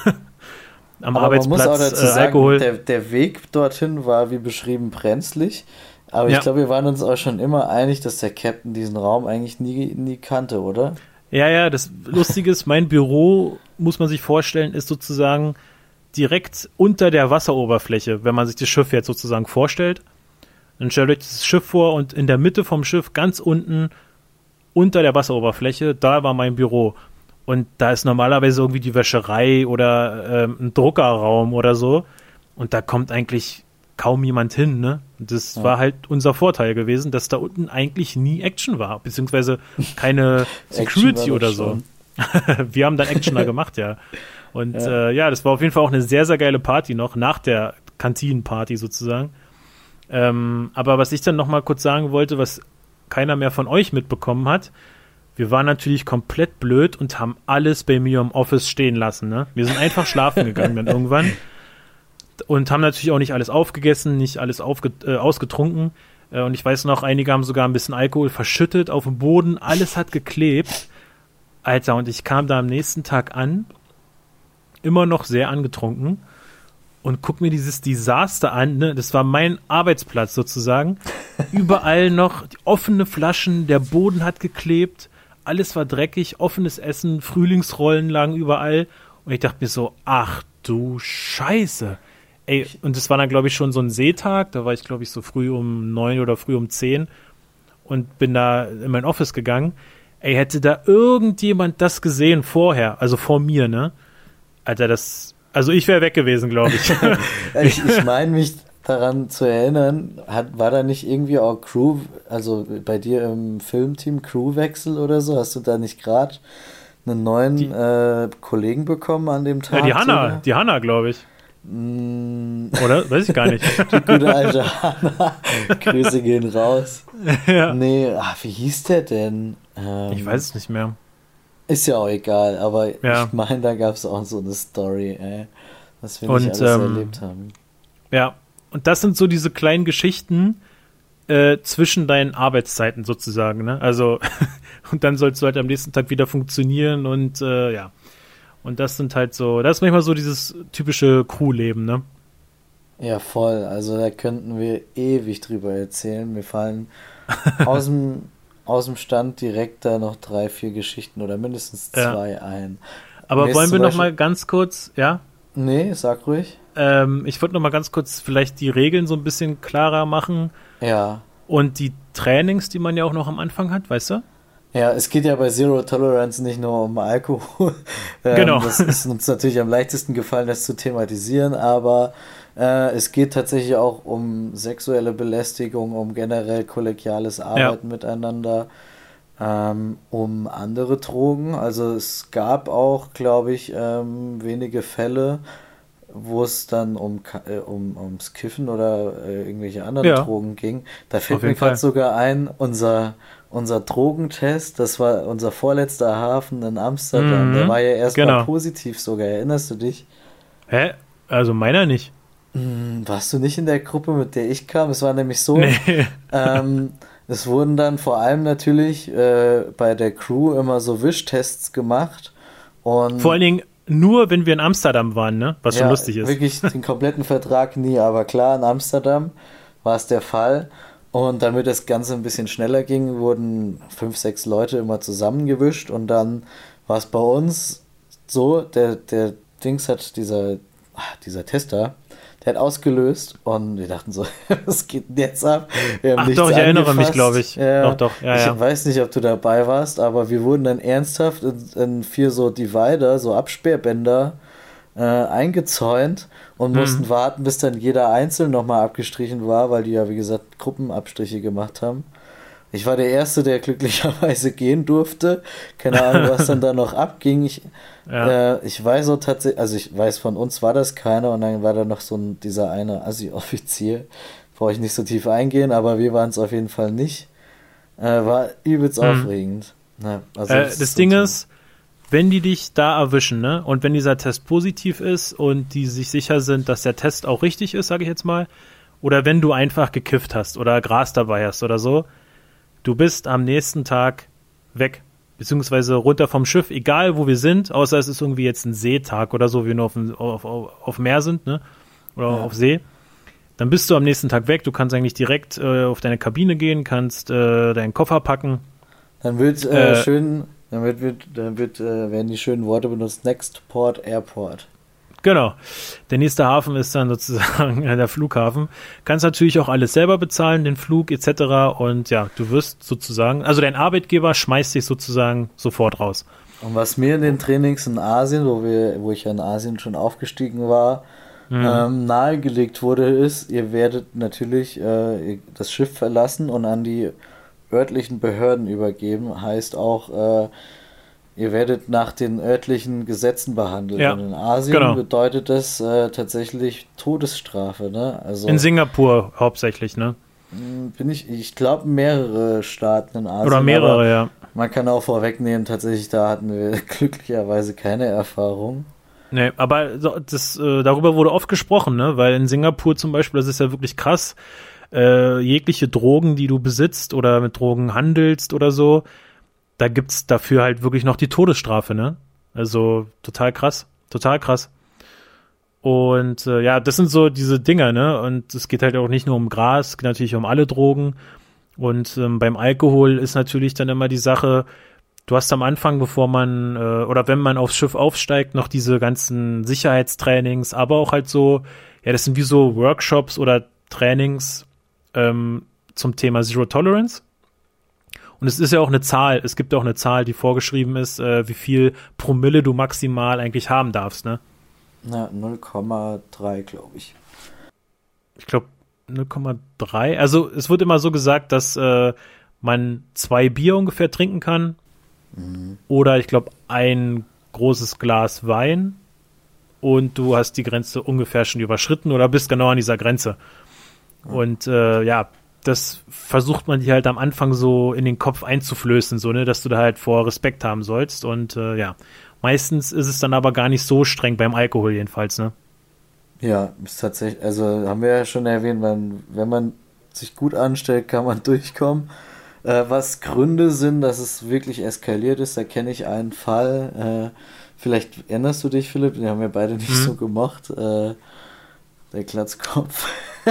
Am aber Arbeitsplatz man muss auch dazu äh, sagen, Alkohol. Der, der Weg dorthin war wie beschrieben brenzlig. Aber ja. ich glaube, wir waren uns auch schon immer einig, dass der Captain diesen Raum eigentlich nie, nie kannte, oder? Ja, ja, das Lustige ist, mein Büro, muss man sich vorstellen, ist sozusagen direkt unter der Wasseroberfläche, wenn man sich das Schiff jetzt sozusagen vorstellt. Dann stellt euch das Schiff vor und in der Mitte vom Schiff, ganz unten, unter der Wasseroberfläche, da war mein Büro. Und da ist normalerweise irgendwie die Wäscherei oder ähm, ein Druckerraum oder so. Und da kommt eigentlich kaum jemand hin, ne? Das ja. war halt unser Vorteil gewesen, dass da unten eigentlich nie Action war, beziehungsweise keine Security oder so. Wir haben dann Action da gemacht, ja. Und ja. Äh, ja, das war auf jeden Fall auch eine sehr, sehr geile Party noch, nach der Kantinenparty sozusagen. Ähm, aber was ich dann noch mal kurz sagen wollte, was keiner mehr von euch mitbekommen hat, wir waren natürlich komplett blöd und haben alles bei mir im Office stehen lassen, ne? Wir sind einfach schlafen gegangen dann irgendwann und haben natürlich auch nicht alles aufgegessen, nicht alles aufge- äh, ausgetrunken. Äh, und ich weiß noch, einige haben sogar ein bisschen Alkohol verschüttet auf dem Boden, alles hat geklebt. Alter, und ich kam da am nächsten Tag an, immer noch sehr angetrunken und guck mir dieses Desaster an, ne? Das war mein Arbeitsplatz sozusagen. Überall noch die offene Flaschen, der Boden hat geklebt, alles war dreckig, offenes Essen, Frühlingsrollen lagen überall und ich dachte mir so, ach du Scheiße. Ey, und das war dann, glaube ich, schon so ein Seetag, da war ich, glaube ich, so früh um neun oder früh um zehn und bin da in mein Office gegangen. Ey, hätte da irgendjemand das gesehen vorher, also vor mir, ne? Alter, das, also ich wäre weg gewesen, glaube ich. ich. Ich meine mich daran zu erinnern, hat, war da nicht irgendwie auch Crew, also bei dir im Filmteam Crewwechsel oder so? Hast du da nicht gerade einen neuen die, äh, Kollegen bekommen an dem Tag? Ja, die Hanna, oder? die Hanna, glaube ich. Mm. Oder? Weiß ich gar nicht. Die gute alte Hanna. Grüße gehen raus. Ja. Nee, ach, wie hieß der denn? Ähm, ich weiß es nicht mehr. Ist ja auch egal, aber ja. ich meine, da gab es auch so eine Story, ey, was wir und, nicht alles ähm, erlebt haben. Ja, und das sind so diese kleinen Geschichten äh, zwischen deinen Arbeitszeiten sozusagen, ne? Also, und dann sollst du halt am nächsten Tag wieder funktionieren und äh, ja. Und das sind halt so, das ist manchmal so dieses typische Crew-Leben, ne? Ja, voll. Also da könnten wir ewig drüber erzählen. Mir fallen aus dem aus dem Stand direkt da noch drei, vier Geschichten oder mindestens zwei ja. ein. Aber Mir wollen wir noch mal ganz kurz, ja? Nee, sag ruhig. Ähm, ich würde noch mal ganz kurz vielleicht die Regeln so ein bisschen klarer machen. Ja. Und die Trainings, die man ja auch noch am Anfang hat, weißt du? Ja, es geht ja bei Zero Tolerance nicht nur um Alkohol. ähm, genau. Das ist uns natürlich am leichtesten gefallen, das zu thematisieren, aber äh, es geht tatsächlich auch um sexuelle Belästigung, um generell kollegiales Arbeiten ja. miteinander, ähm, um andere Drogen. Also es gab auch, glaube ich, ähm, wenige Fälle, wo es dann um, äh, um ums Kiffen oder äh, irgendwelche anderen ja. Drogen ging. Da fällt mir gerade sogar ein, unser Unser Drogentest, das war unser vorletzter Hafen in Amsterdam, mhm, der war ja erstmal genau. positiv sogar, erinnerst du dich? Hä? Also meiner nicht. Hm, warst du nicht in der Gruppe, mit der ich kam? Es war nämlich so, nee. ähm, es wurden dann vor allem natürlich äh, bei der Crew immer so Wischtests gemacht. Und vor allen Dingen, nur, wenn wir in Amsterdam waren, ne? Was schon ja, lustig ist. Wirklich den kompletten Vertrag nie, aber klar, in Amsterdam war es der Fall. Und damit das Ganze ein bisschen schneller ging, wurden fünf, sechs Leute immer zusammengewischt und dann war es bei uns so, der, der Dings hat dieser, dieser Tester, der hat ausgelöst und wir dachten so, was geht denn jetzt ab? Wir haben Ach nichts doch, ich erinnere angefasst. mich, glaube ich. Ja, Doch, doch, ja, ich ja. weiß nicht, ob du dabei warst, aber wir wurden dann ernsthaft in, in vier so Divider, so Absperrbänder äh, eingezäunt und Mhm. mussten warten, bis dann jeder einzeln nochmal abgestrichen war, weil die ja, wie gesagt, Gruppenabstriche gemacht haben. Ich war der Erste, der glücklicherweise gehen durfte. Keine Ahnung, was dann da noch abging. Ich, Ja. äh, ich weiß so tatsächlich, also ich weiß, von uns war das keiner und dann war da noch so ein, dieser eine Assi-Offizier. Brauche ich nicht so tief eingehen, aber wir waren es auf jeden Fall nicht. Äh, war übelst Mhm. aufregend. Ja, also Äh, das das ist Ding so- ist, wenn die dich da erwischen, ne, und wenn dieser Test positiv ist und die sich sicher sind, dass der Test auch richtig ist, sage ich jetzt mal, oder wenn du einfach gekifft hast oder Gras dabei hast oder so, du bist am nächsten Tag weg, beziehungsweise runter vom Schiff, egal wo wir sind, außer es ist irgendwie jetzt ein Seetag oder so, wie wir nur auf, dem- auf, auf, auf Meer sind, ne, oder Ja. auf See, dann bist du am nächsten Tag weg, du kannst eigentlich direkt äh, auf deine Kabine gehen, kannst äh, deinen Koffer packen. Dann wird äh, Äh, schön, dann wird, wird, dann wird, äh, werden die schönen Worte benutzt, Next Port Airport. Genau. Der nächste Hafen ist dann sozusagen der Flughafen. Kannst natürlich auch alles selber bezahlen, den Flug et cetera. Und ja, du wirst sozusagen, also dein Arbeitgeber schmeißt dich sozusagen sofort raus. Und was mir in den Trainings in Asien, wo wir, wo ich ja in Asien schon aufgestiegen war, Mhm. ähm, nahegelegt wurde, ist, ihr werdet natürlich äh, das Schiff verlassen und an die örtlichen Behörden übergeben. Heißt auch, äh, ihr werdet nach den örtlichen Gesetzen behandelt. Ja, und in Asien genau. bedeutet das äh, tatsächlich Todesstrafe, ne? Also In Singapur hauptsächlich, ne? mh, bin ich, ich glaube mehrere Staaten in Asien. Oder mehrere, aber ja. man kann auch vorwegnehmen, tatsächlich da hatten wir glücklicherweise keine Erfahrung. Nee, aber so, das, äh, darüber wurde oft gesprochen, ne? Weil in Singapur zum Beispiel, das ist ja wirklich krass, äh, jegliche Drogen, die du besitzt oder mit Drogen handelst oder so, da gibt's dafür halt wirklich noch die Todesstrafe, ne? Also total krass, total krass. Und äh, ja, das sind so diese Dinger, ne? Und es geht halt auch nicht nur um Gras, es geht natürlich um alle Drogen. Und ähm, beim Alkohol ist natürlich dann immer die Sache, du hast am Anfang, bevor man, äh, oder wenn man aufs Schiff aufsteigt, noch diese ganzen Sicherheitstrainings, aber auch halt so, ja, das sind wie so Workshops oder Trainings ähm, zum Thema Zero Tolerance. Und es ist ja auch eine Zahl, es gibt ja auch eine Zahl, die vorgeschrieben ist, äh, wie viel Promille du maximal eigentlich haben darfst, ne? Na, null Komma drei, glaube ich. Ich glaube null Komma drei. Also es wird immer so gesagt, dass äh, man zwei Bier ungefähr trinken kann. Mhm. Oder ich glaube ein großes Glas Wein. Und du hast die Grenze ungefähr schon überschritten oder bist genau an dieser Grenze. Und äh, ja, das versucht man dir halt am Anfang so in den Kopf einzuflößen, so, ne, dass du da halt vor Respekt haben sollst. Und äh, ja, meistens ist es dann aber gar nicht so streng, beim Alkohol jedenfalls, ne? Ja, ist tatsächlich, also haben wir ja schon erwähnt, man, wenn man sich gut anstellt, kann man durchkommen. Äh, was Gründe sind, dass es wirklich eskaliert ist, da kenne ich einen Fall. Äh, vielleicht erinnerst du dich, Philipp, den haben wir beide nicht Mhm. so gemocht. Äh, der Glatzkopf.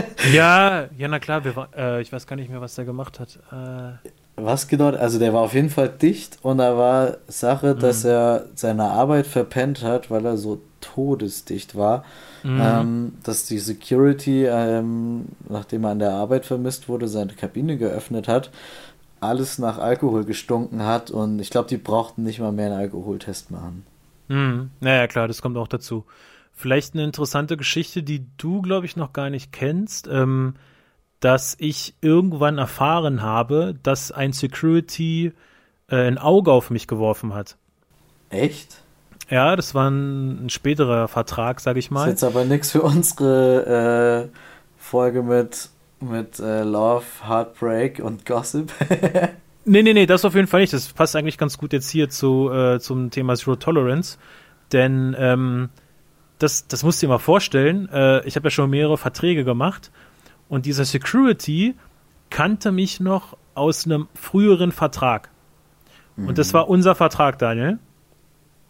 Ja, ja, na klar, wir, war- äh, ich weiß gar nicht mehr, was der gemacht hat. Äh, Was genau? Also der war auf jeden Fall dicht und da war Sache, dass er seine Arbeit verpennt hat, weil er so todesdicht war, Mhm. ähm, dass die Security, ähm, nachdem er an der Arbeit vermisst wurde, seine Kabine geöffnet hat, alles nach Alkohol gestunken hat und ich glaube, die brauchten nicht mal mehr einen Alkoholtest machen. Mhm. Naja, klar, das kommt auch dazu. Vielleicht eine interessante Geschichte, die du, glaube ich, noch gar nicht kennst, ähm, dass ich irgendwann erfahren habe, dass ein Security äh, ein Auge auf mich geworfen hat. Echt? Ja, das war ein, ein späterer Vertrag, sag ich Ist mal. jetzt aber nichts für unsere äh, Folge mit, mit äh, Love, Heartbreak und Gossip. Nee, nee, nee, das auf jeden Fall nicht. Das passt eigentlich ganz gut jetzt hier zu, äh, zum Thema Zero Tolerance. Denn ähm, das, das musst du dir mal vorstellen. Äh, ich habe ja schon mehrere Verträge gemacht. Und dieser Security kannte mich noch aus einem früheren Vertrag. Und das war unser Vertrag, Daniel.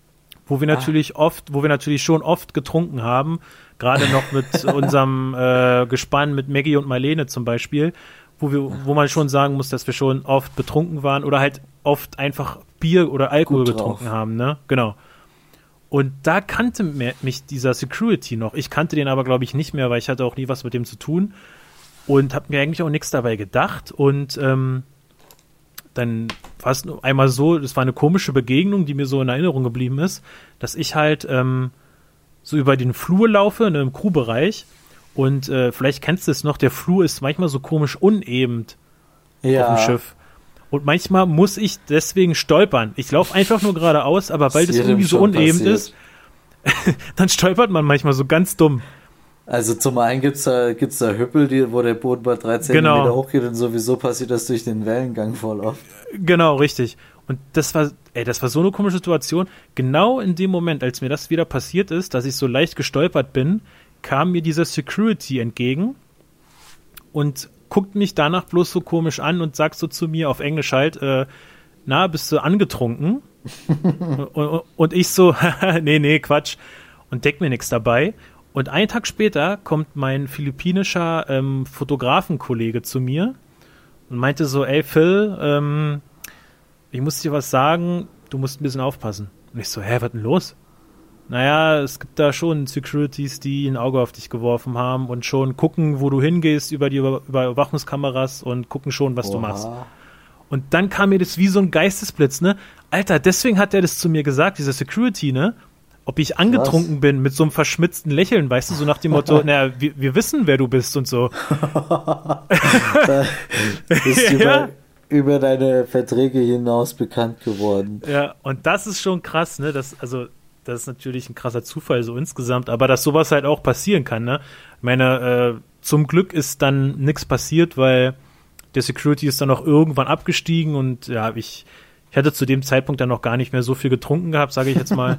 wo wir natürlich ah. oft, wo wir natürlich schon oft getrunken haben, gerade noch mit unserem äh, Gespann mit Maggie und Marlene zum Beispiel, wo wir, wo man schon sagen muss, dass wir schon oft betrunken waren oder halt oft einfach Bier oder Alkohol Gut getrunken drauf. haben, ne? Genau. Und da kannte mich dieser Security noch. Ich kannte den aber, glaube ich, nicht mehr, weil ich hatte auch nie was mit dem zu tun und habe mir eigentlich auch nichts dabei gedacht. Und ähm, dann war es einmal so, das war eine komische Begegnung, die mir so in Erinnerung geblieben ist, dass ich halt ähm, so über den Flur laufe, in einem Crewbereich. Und äh, vielleicht kennst du es noch, der Flur ist manchmal so komisch uneben ja. auf dem Schiff. Und manchmal muss ich deswegen stolpern. Ich laufe einfach nur geradeaus, aber weil das irgendwie so uneben passiert. ist, dann stolpert man manchmal so ganz dumm. Also zum einen gibt es da, gibt's da Hüppel, die, wo der Boden mal drei Zentimeter genau. hochgeht und sowieso passiert das durch den Wellengang voll oft. Genau, richtig. Und das war, ey, das war so eine komische Situation. Genau in dem Moment, als mir das wieder passiert ist, dass ich so leicht gestolpert bin, kam mir dieser Security entgegen und guckt mich danach bloß so komisch an und sagt so zu mir auf Englisch halt, äh, na, bist du angetrunken? und, und, und ich so, nee, nee, Quatsch. Und denk mir nichts dabei. Und einen Tag später kommt mein philippinischer ähm, Fotografenkollege zu mir und meinte so, ey Phil, ähm, ich muss dir was sagen, du musst ein bisschen aufpassen. Und ich so, hä, was denn los? Naja, es gibt da schon Securities, die ein Auge auf dich geworfen haben und schon gucken, wo du hingehst über die Über- Überwachungskameras und gucken schon, was Oha. du machst. Und dann kam mir das wie so ein Geistesblitz, ne? Alter, deswegen hat er das zu mir gesagt, dieser Security, ne? Ob ich angetrunken was? bin mit so einem verschmitzten Lächeln, weißt du, so nach dem Motto, naja, wir, wir wissen, wer du bist und so. bist über, ja. über deine Verträge hinaus bekannt geworden. Ja, und das ist schon krass, ne? Das, also Das ist natürlich ein krasser Zufall so insgesamt, aber dass sowas halt auch passieren kann, ne? Ich meine, äh, zum Glück ist dann nichts passiert, weil der Security ist dann auch irgendwann abgestiegen und ja, ich, ich hatte zu dem Zeitpunkt dann noch gar nicht mehr so viel getrunken gehabt, sage ich jetzt mal.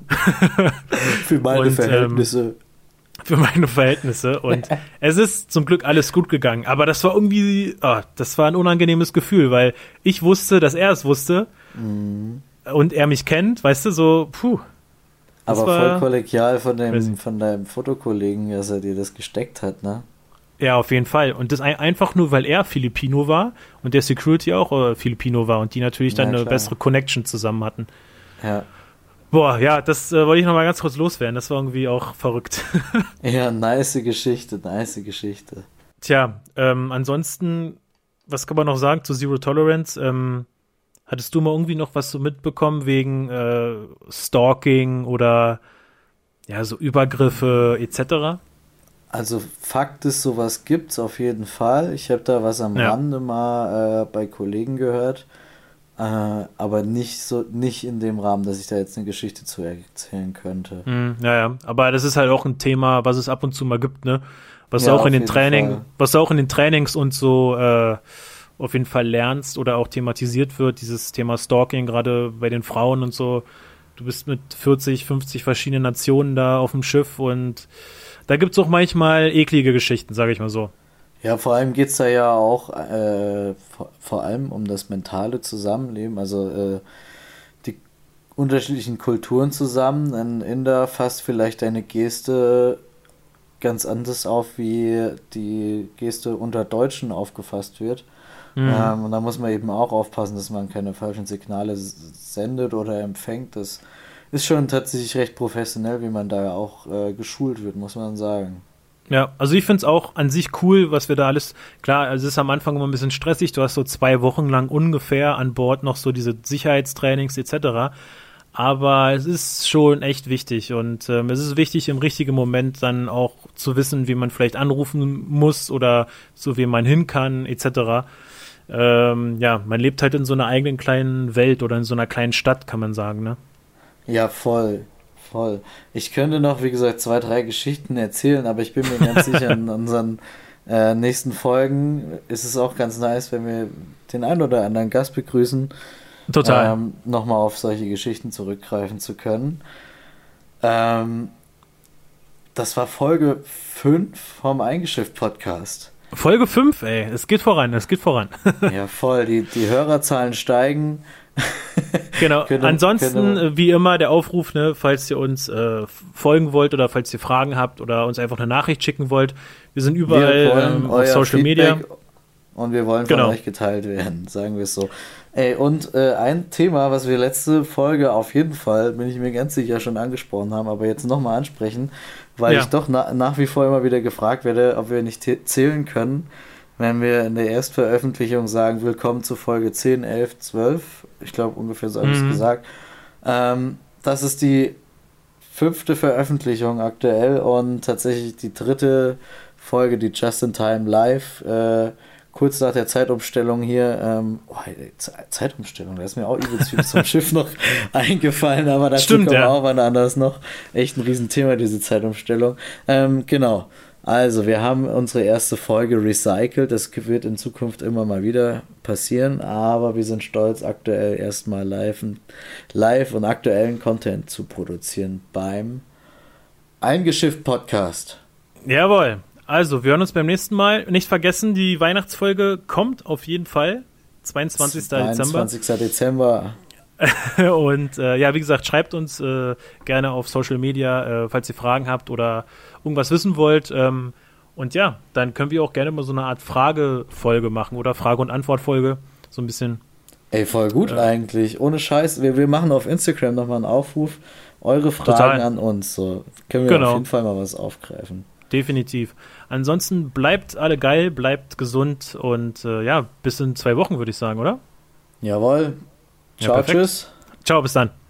Für meine und, Verhältnisse. Ähm, für meine Verhältnisse und es ist zum Glück alles gut gegangen, aber das war irgendwie, oh, das war ein unangenehmes Gefühl, weil ich wusste, dass er es wusste mhm. und er mich kennt, weißt du, so, puh. Das aber voll kollegial von dem, von deinem Fotokollegen, dass er dir das gesteckt hat, ne? Ja, auf jeden Fall. Und das ein, einfach nur, weil er Filipino war und der Security auch äh, Filipino war und die natürlich dann ja, eine bessere Connection zusammen hatten. Ja. Boah, ja, das äh, wollte ich nochmal ganz kurz loswerden. Das war irgendwie auch verrückt. Ja, nice Geschichte, nice Geschichte. Tja, ähm, ansonsten, was kann man noch sagen zu Zero Tolerance? Ähm, Hattest du mal irgendwie noch was so mitbekommen wegen äh, Stalking oder ja, so Übergriffe et cetera? Also Fakt ist, sowas gibt's auf jeden Fall. Ich habe da was am ja. Rande mal äh, bei Kollegen gehört, äh, aber nicht so nicht in dem Rahmen, dass ich da jetzt eine Geschichte zu erzählen könnte. Mm, ja, ja, aber das ist halt auch ein Thema, was es ab und zu mal gibt, ne? Was ja, auch in den Training, Fall. was auch in den Trainings und so äh, auf jeden Fall lernst oder auch thematisiert wird, dieses Thema Stalking, gerade bei den Frauen und so. Du bist mit vierzig, fünfzig verschiedenen Nationen da auf dem Schiff und da gibt es auch manchmal eklige Geschichten, sage ich mal so. Ja, vor allem geht es da ja auch äh, vor, vor allem um das mentale Zusammenleben, also äh, die unterschiedlichen Kulturen zusammen. Ein Inder fasst vielleicht eine Geste ganz anders auf, wie die Geste unter Deutschen aufgefasst wird. Mhm. Ähm, und da muss man eben auch aufpassen, dass man keine falschen Signale s- sendet oder empfängt. Das ist schon tatsächlich recht professionell, wie man da auch äh, geschult wird, muss man sagen. Ja, also ich finde es auch an sich cool, was wir da alles, klar, also es ist am Anfang immer ein bisschen stressig, du hast so zwei Wochen lang ungefähr an Bord noch so diese Sicherheitstrainings et cetera, aber es ist schon echt wichtig und ähm, es ist wichtig, im richtigen Moment dann auch zu wissen, wie man vielleicht anrufen muss oder zu wem man hin kann et cetera. Ähm, ja, man lebt halt in so einer eigenen kleinen Welt oder in so einer kleinen Stadt, kann man sagen, ne? Ja, voll, voll. Ich könnte noch, wie gesagt, zwei, drei Geschichten erzählen, aber ich bin mir ganz sicher, in unseren äh, nächsten Folgen ist es auch ganz nice, wenn wir den einen oder anderen Gast begrüßen, total, ähm, nochmal auf solche Geschichten zurückgreifen zu können. Ähm, das war Folge fünf vom Eingeschifft-Podcast. Folge fünf, ey, es geht voran, es geht voran. Ja, voll, die, die Hörerzahlen steigen. Genau. Genau, Ansonsten, genau. äh, wie immer, der Aufruf, ne, falls ihr uns äh, folgen wollt oder falls ihr Fragen habt oder uns einfach eine Nachricht schicken wollt. Wir sind überall Wir wollen ähm, auf euer Social Feedback Media. Und wir wollen von Genau. euch geteilt werden, sagen wir es so. Ey, und äh, ein Thema, was wir letzte Folge auf jeden Fall, bin ich mir ganz sicher, schon angesprochen haben, aber jetzt nochmal ansprechen, weil Ja. ich doch na nach wie vor immer wieder gefragt werde, ob wir nicht zählen können, wenn wir in der Erstveröffentlichung sagen, willkommen zu Folge zehn, elf, zwölf, ich glaube ungefähr so habe ich es Mhm. gesagt. Ähm, das ist die fünfte Veröffentlichung aktuell und tatsächlich die dritte Folge, die Just in Time Live, äh, kurz nach der Zeitumstellung hier, ähm, oh, Ze- Zeitumstellung, da ist mir auch übelst viel zum Schiff noch eingefallen, aber dazu Stimmt, kommen wir ja. auch wann anders noch. Echt ein Riesenthema, diese Zeitumstellung. Ähm, genau. Also, wir haben unsere erste Folge recycelt. Das wird in Zukunft immer mal wieder passieren, aber wir sind stolz, aktuell erstmal live, live und aktuellen Content zu produzieren beim Eingeschifft Podcast. Jawohl. Also, wir hören uns beim nächsten Mal. Nicht vergessen, die Weihnachtsfolge kommt auf jeden Fall. zweiundzwanzigsten Dezember. zweiundzwanzigsten Dezember. Und äh, ja, wie gesagt, schreibt uns äh, gerne auf Social Media, äh, falls ihr Fragen habt oder irgendwas wissen wollt. Ähm, und ja, dann können wir auch gerne mal so eine Art Fragefolge machen oder Frage- und Antwortfolge. So ein bisschen. Ey, voll gut Ja. eigentlich. Ohne Scheiß. Wir, wir machen auf Instagram nochmal einen Aufruf. Eure Fragen Total. an uns. So können wir Genau. auf jeden Fall mal was aufgreifen. Definitiv. Ansonsten bleibt alle geil, bleibt gesund und äh, ja, bis in zwei Wochen, würde ich sagen, oder? Jawohl. Ja, Ciao, perfekt. tschüss. Ciao, bis dann.